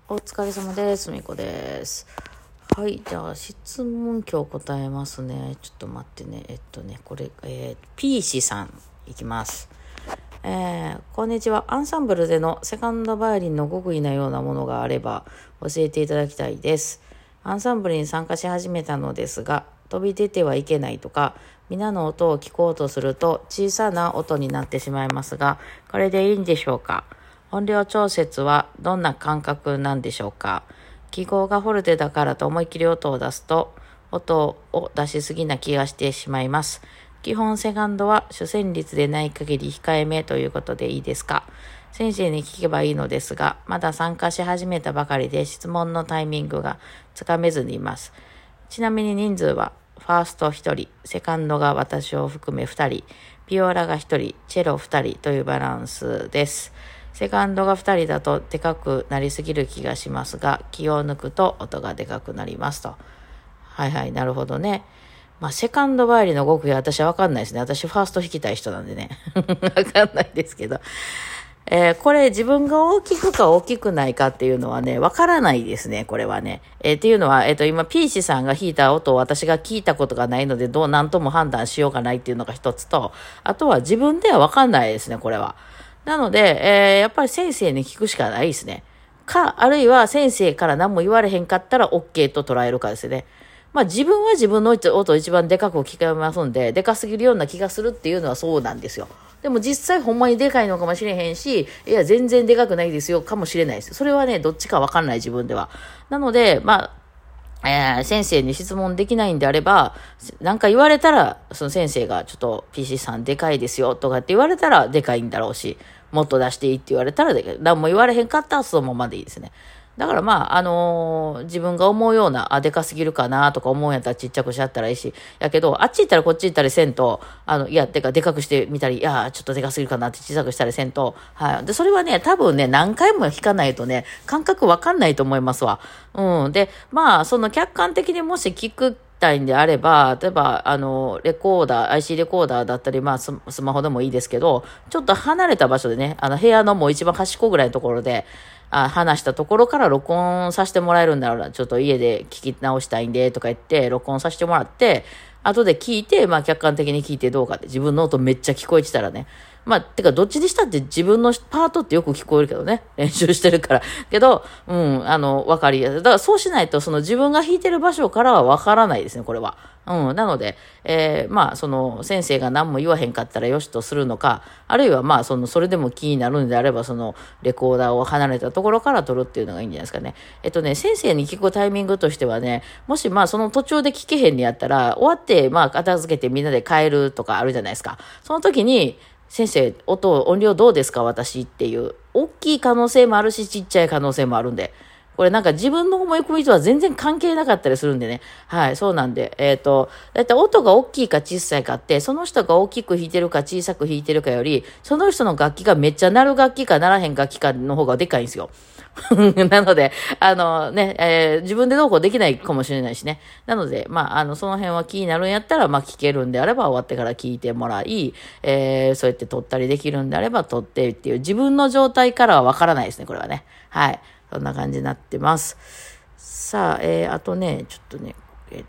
お疲れ様です。みこです。はい、じゃあ質問今日答えますね。ちょっと待ってね。これ、P 氏さんいきます。こんにちは。アンサンブルでのセカンドバイオリンの極意のようなものがあれば教えていただきたいです。アンサンブルに参加し始めたのですが、飛び出てはいけないとか、皆の音を聞こうとすると小さな音になってしまいますが、これでいいんでしょうか？音量調節はどんな感覚なんでしょうか？記号がフォルテだからと思いっきり音を出すと、音を出しすぎな気がしてしまいます。基本セカンドは主旋律でない限り控えめということでいいですか？先生に聞けばいいのですが、まだ参加し始めたばかりで質問のタイミングがつかめずにいます。ちなみに人数は、ファースト1人、セカンドが私を含め2人、ピオラが1人、チェロ2人というバランスです。セカンドが2人だとでかくなりすぎる気がしますが、気を抜くと音がでかくなりますと。はいはい、なるほどね。セカンドバイオリンの極意は私は分かんないですね。私ファースト弾きたい人なんでね。分かんないですけど。これ自分が大きくか大きくないかっていうのはね、わからないですね、これはね。っていうのは、今、ピーチさんが弾いた音を私が聞いたことがないので、何とも判断しようがないっていうのが一つと、あとは自分ではわかんないですね、これは。なので、やっぱり先生に聞くしかないですね。あるいは先生から何も言われへんかったら OK と捉えるかですね。自分は自分の音を一番でかく聞こえますんで、でかすぎるような気がするっていうのはそうなんですよ。でも実際ほんまにでかいのかもしれへんし、いや全然でかくないですよかもしれないです。それはね、どっちかわかんない自分では。なので、先生に質問できないんであれば、なんか言われたら、その先生がちょっと PC さんでかいですよとかって言われたらでかいんだろうし、もっと出していいって言われたらでかい。何も言われへんかったらそのままでいいですね。だから自分が思うような、でかすぎるかなとか思うんやったらちっちゃくしちゃったらいいし、やけど、あっち行ったらこっち行ったりせんと、でかくしてみたり、ちょっとでかすぎるかなって小さくしたりせんと、はい。で、それはね、多分ね、何回も弾かないとね、感覚わかんないと思いますわ。うん。で、その客観的にもし聞くたいんであれば、例えば、レコーダー、IC レコーダーだったり、スマホでもいいですけど、ちょっと離れた場所でね、部屋のもう一番端っこぐらいのところで、話したところから録音させてもらえるんだろうな。ちょっと家で聞き直したいんで、とか言って、録音させてもらって、後で聞いて、客観的に聞いてどうかって、自分の音めっちゃ聞こえてたらね。てか、どっちにしたって自分のパートってよく聞こえるけどね。練習してるから。けど、わかりやすい。だからそうしないと、その自分が弾いてる場所からはわからないですね、これは。なので、その、先生が何も言わへんかったらよしとするのか、あるいはそれでも気になるんであれば、その、レコーダーを離れたところから撮るっていうのがいいんじゃないですかね。先生に聞くタイミングとしてはね、もしその途中で聞けへんにやったら、終わって、片付けてみんなで帰るとかあるじゃないですか。その時に、先生、音量どうですか私っていう、大きい可能性もあるし、ちっちゃい可能性もあるんで。これなんか自分の思い込みとは全然関係なかったりするんでね。はい、そうなんで。だいたい音が大きいか小さいかって、その人が大きく弾いてるか小さく弾いてるかより、その人の楽器がめっちゃ鳴る楽器か鳴らへん楽器かの方がでかいんですよ。なので、自分でどうこうできないかもしれないしね。なので、その辺は気になるんやったら、聞けるんであれば終わってから聞いてもらい、そうやって撮ったりできるんであれば撮ってっていう、自分の状態からはわからないですね、これはね。はい。そんな感じになってます。さあ、あとね、ちょっとね、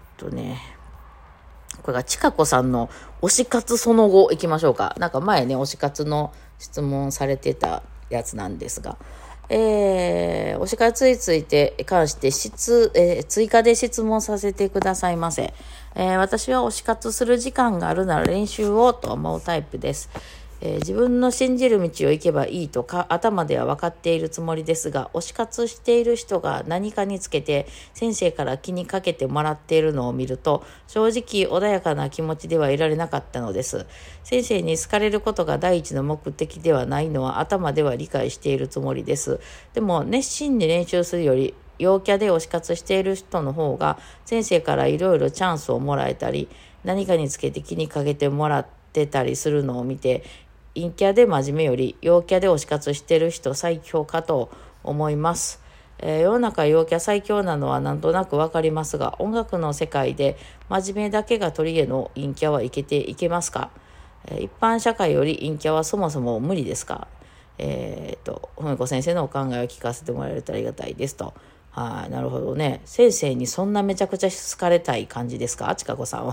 これがちかこさんの推し活その後行きましょうか。なんか前ね、推し活の質問されてたやつなんですが、推し活について関して追加で質問させてくださいませ。私は推し活する時間があるなら練習をと思うタイプです。自分の信じる道を行けばいいとか頭では分かっているつもりですが、推し活している人が何かにつけて先生から気にかけてもらっているのを見ると、正直穏やかな気持ちではいられなかったのです。先生に好かれることが第一の目的ではないのは頭では理解しているつもりです。でも熱心に練習するより陽キャで推し活している人の方が先生からいろいろチャンスをもらえたり、何かにつけて気にかけてもらってたりするのを見て、陰キャで真面目より陽キャで推し活してる人最強かと思います。世の中陽キャ最強なのはなんとなくわかりますが、音楽の世界で真面目だけが取り柄の陰キャはいけますか？一般社会より陰キャはそもそも無理ですか？ ふみこ先生のお考えを聞かせてもらえるとありがたいですと。はい、なるほどね。先生にそんなめちゃくちゃ好かれたい感じですか、ちかこさんは。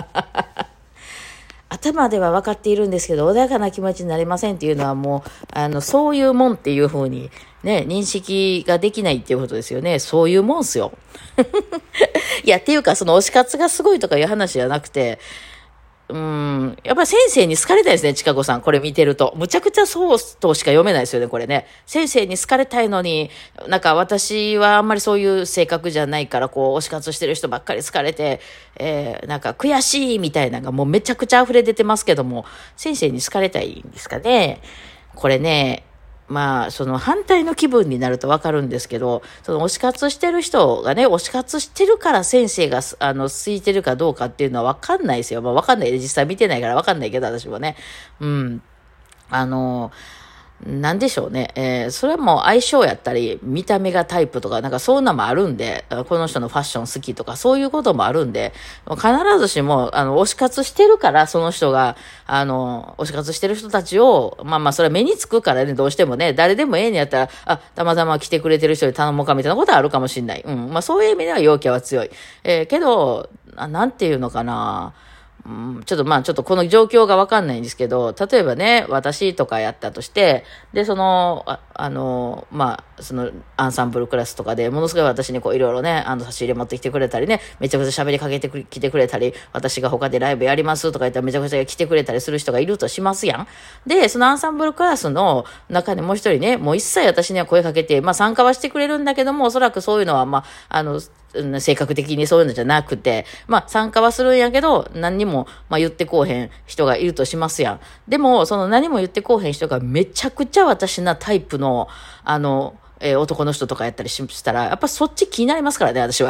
頭では分かっているんですけど、穏やかな気持ちになれませんっていうのはもう、そういうもんっていうふうにね、認識ができないっていうことですよね。そういうもんっすよ。いや、っていうか、その推し活がすごいとかいう話じゃなくて、やっぱり先生に好かれたいですね、ちかこさん。これ見てると。むちゃくちゃそうとしか読めないですよね、これね。先生に好かれたいのに、なんか私はあんまりそういう性格じゃないから、こう、推し活してる人ばっかり好かれて、なんか悔しいみたいなのがもうめちゃくちゃ溢れ出てますけども、先生に好かれたいんですかね。これね、まあ、その反対の気分になるとわかるんですけど、その推し活してる人がね、推し活してるから先生が、空いてるかどうかっていうのはわかんないですよ。まあわかんない。実際見てないからわかんないけど、私もね。うん。なんでしょうね。それはもう相性やったり、見た目がタイプとか、なんかそういうのもあるんで、この人のファッション好きとか、そういうこともあるんで、必ずしも、推し活してるから、その人が、推し活してる人たちを、まあまあ、それは目につくからね、どうしてもね、誰でもええねやったら、たまたま来てくれてる人に頼もうかみたいなことはあるかもしれない。まあそういう意味では陽キャは強い。けど、なんていうのかな。ちょっとこの状況がわかんないんですけど、例えばね、私とかやったとして、で、そのアンサンブルクラスとかで、ものすごい私にこういろいろね、差し入れ持ってきてくれたりね、めちゃくちゃ喋りかけてきてくれたり、私が他でライブやりますとか言ったらめちゃくちゃ来てくれたりする人がいるとしますやん。で、そのアンサンブルクラスの中にもう一人ね、もう一切私には声かけて、参加はしてくれるんだけども、おそらくそういうのは、性格的にそういうのじゃなくて、参加はするんやけど、何にも、言ってこうへん人がいるとしますやん。でも、その何も言ってこうへん人がめちゃくちゃ私なタイプの、男の人とかやったりしたら、やっぱそっち気になりますからね、私は。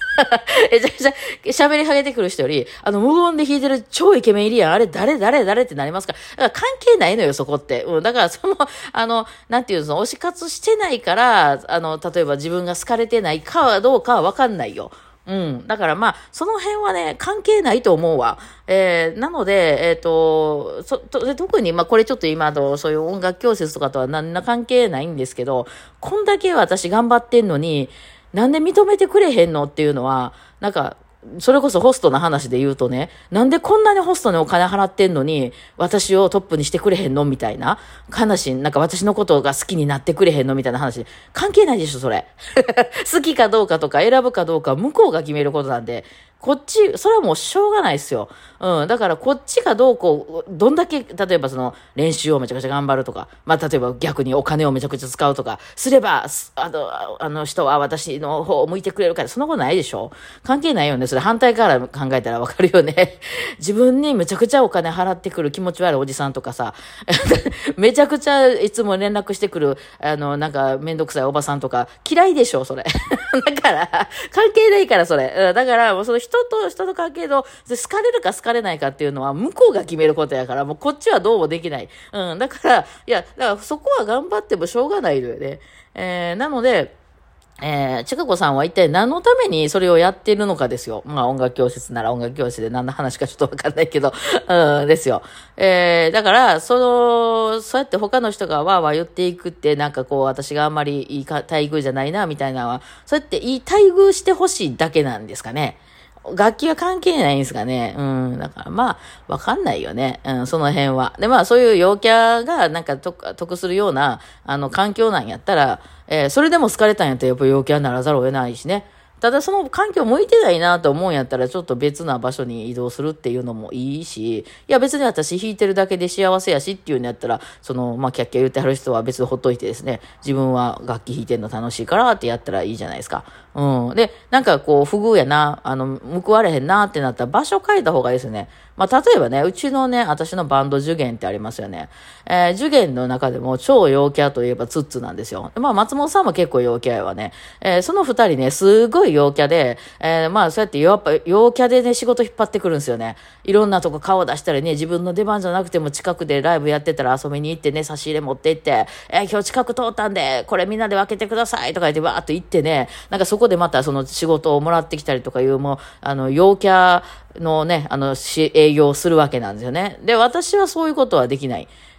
喋りかけてくる人より、無言で弾いてる超イケメンいるやん。あれ、誰ってなりますから。だから関係ないのよ、そこって。だからなんていうの、推し活してないから、例えば自分が好かれてないかどうかはわかんないよ。だからその辺はね、関係ないと思うわ。なので、特に、これちょっと今そういう音楽教室とかとは何ら関係ないんですけど、こんだけ私頑張ってんのに、なんで認めてくれへんのっていうのは、なんか、それこそホストの話で言うとね、なんでこんなにホストにお金払ってんのに、私をトップにしてくれへんのみたいな話、なんか私のことが好きになってくれへんのみたいな話、関係ないでしょ、それ。好きかどうかとか選ぶかどうか、向こうが決めることなんで、こっち、それはもうしょうがないですよ。だからこっちがどうこう、どんだけ、例えばその練習をめちゃくちゃ頑張るとか、例えば逆にお金をめちゃくちゃ使うとか、すれば、人は私の方を向いてくれるから、そんなことないでしょ。関係ないよね。それ反対から考えたらわかるよね。自分にめちゃくちゃお金払ってくる気持ち悪いおじさんとかさ、めちゃくちゃいつも連絡してくる、なんかめんどくさいおばさんとか、嫌いでしょ、それ。だから、関係ないから、それ。だから、もうその人と関係の、好かれるか好かれないかっていうのは、向こうが決めることやから、もうこっちはどうもできない。だから、だからそこは頑張ってもしょうがないのよね。なので、ちかこさんは一体何のためにそれをやってるのかですよ。音楽教室なら音楽教室で何の話かちょっとわかんないけど、ですよ。だから、そうやって他の人がわーわー言っていくって、なんかこう、私があんまりいい待遇じゃないな、みたいなのは、そうやっていい待遇してほしいだけなんですかね。楽器は関係ないんですかね。だからわかんないよね。その辺は。で、そういう陽キャがなんか得するような、環境なんやったら、それでも好かれたんやったらやっぱ陽キャにならざるを得ないしね。ただその環境向いてないなと思うんやったらちょっと別な場所に移動するっていうのもいいし、いや別に私弾いてるだけで幸せやしっていうんやったら、キャッキャ言ってはる人は別にほっといてですね、自分は楽器弾いてるの楽しいからってやったらいいじゃないですか。で、なんかこう不遇やな、報われへんなってなったら場所変えた方がいいですね。例えばね、うちのね、私のバンド受験ってありますよね。受験の中でも超陽キャといえばツッツなんですよ。松本さんも結構陽キャやわね。その二人ね、すごい陽キャで、そうやってやっぱ陽キャでね、仕事引っ張ってくるんですよね。いろんなとこ顔出したらね、自分の出番じゃなくても近くでライブやってたら遊びに行ってね、差し入れ持って行って、今日近く通ったんで、これみんなで分けてくださいとか言ってわーっと行ってね、なんかそこでまたその仕事をもらってきたりとかいう、もう、陽キャのね、営業をするわけなんですよね。で、私はそういうことはできない。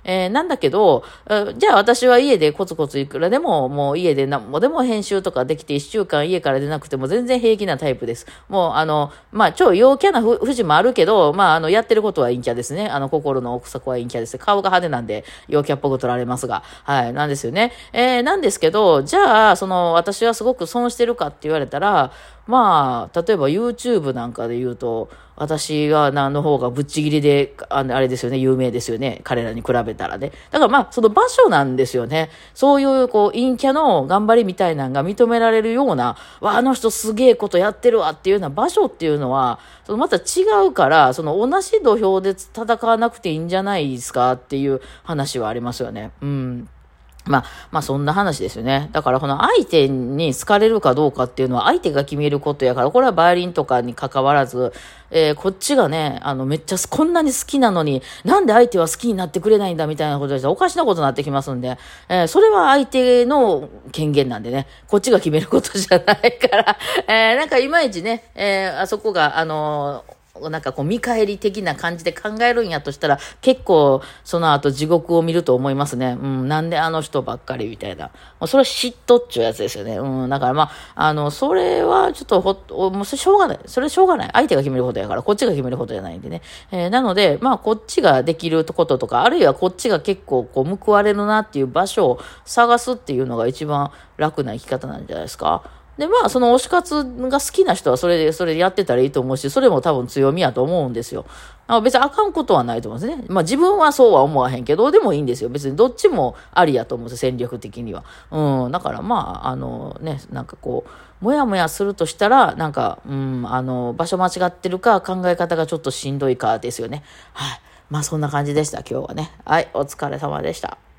なんだけど、じゃあ私は家でコツコツいくらでも、もう家で何もでも編集とかできて1週間家から出なくても全然平気なタイプです。もう超陽キャな節もあるけど、やってることは陰キャですね。心の奥底は陰キャです。顔が派手なんで陽キャっぽく取られますが。はい、なんですよね。なんですけど、じゃあ、私はすごく損してるかって言われたら、例えば YouTube なんかで言うと、私がの方がぶっちぎりで、あれですよね、有名ですよね。彼らに比べたらね。だからその場所なんですよね。そういう、陰キャの頑張りみたいなのが認められるような、あの人すげえことやってるわっていうような場所っていうのは、また違うから、同じ土俵で戦わなくていいんじゃないですかっていう話はありますよね。うん。そんな話ですよね。だからこの相手に好かれるかどうかっていうのは相手が決めることやから、これはバイオリンとかに関わらず、こっちがね、めっちゃこんなに好きなのに、なんで相手は好きになってくれないんだみたいなことでおかしなことになってきますんで、それは相手の権限なんでね、こっちが決めることじゃないから、なんかいまいちね、あそこが、なんか見返り的な感じで考えるんやとしたら、結構その後地獄を見ると思いますね。うん、なんであの人ばっかりみたいな。それは嫉妬っちゅうやつですよね。うん、だからそれはちょっともうそれしょうがない。それしょうがない。相手が決めることやから、こっちが決めることじゃないんでね。なので、こっちができることとか、あるいはこっちが結構報われるなっていう場所を探すっていうのが一番楽な生き方なんじゃないですか。で、その推し活が好きな人はそれでやってたらいいと思うし、それも多分強みやと思うんですよ。別にあかんことはないと思うんですね。自分はそうは思わへんけど、でもいいんですよ。別にどっちもありやと思うんですよ、戦略的には。うん。だからなんかもやもやするとしたら、なんか、場所間違ってるか、考え方がちょっとしんどいかですよね。はい。そんな感じでした、今日はね。はい、お疲れ様でした。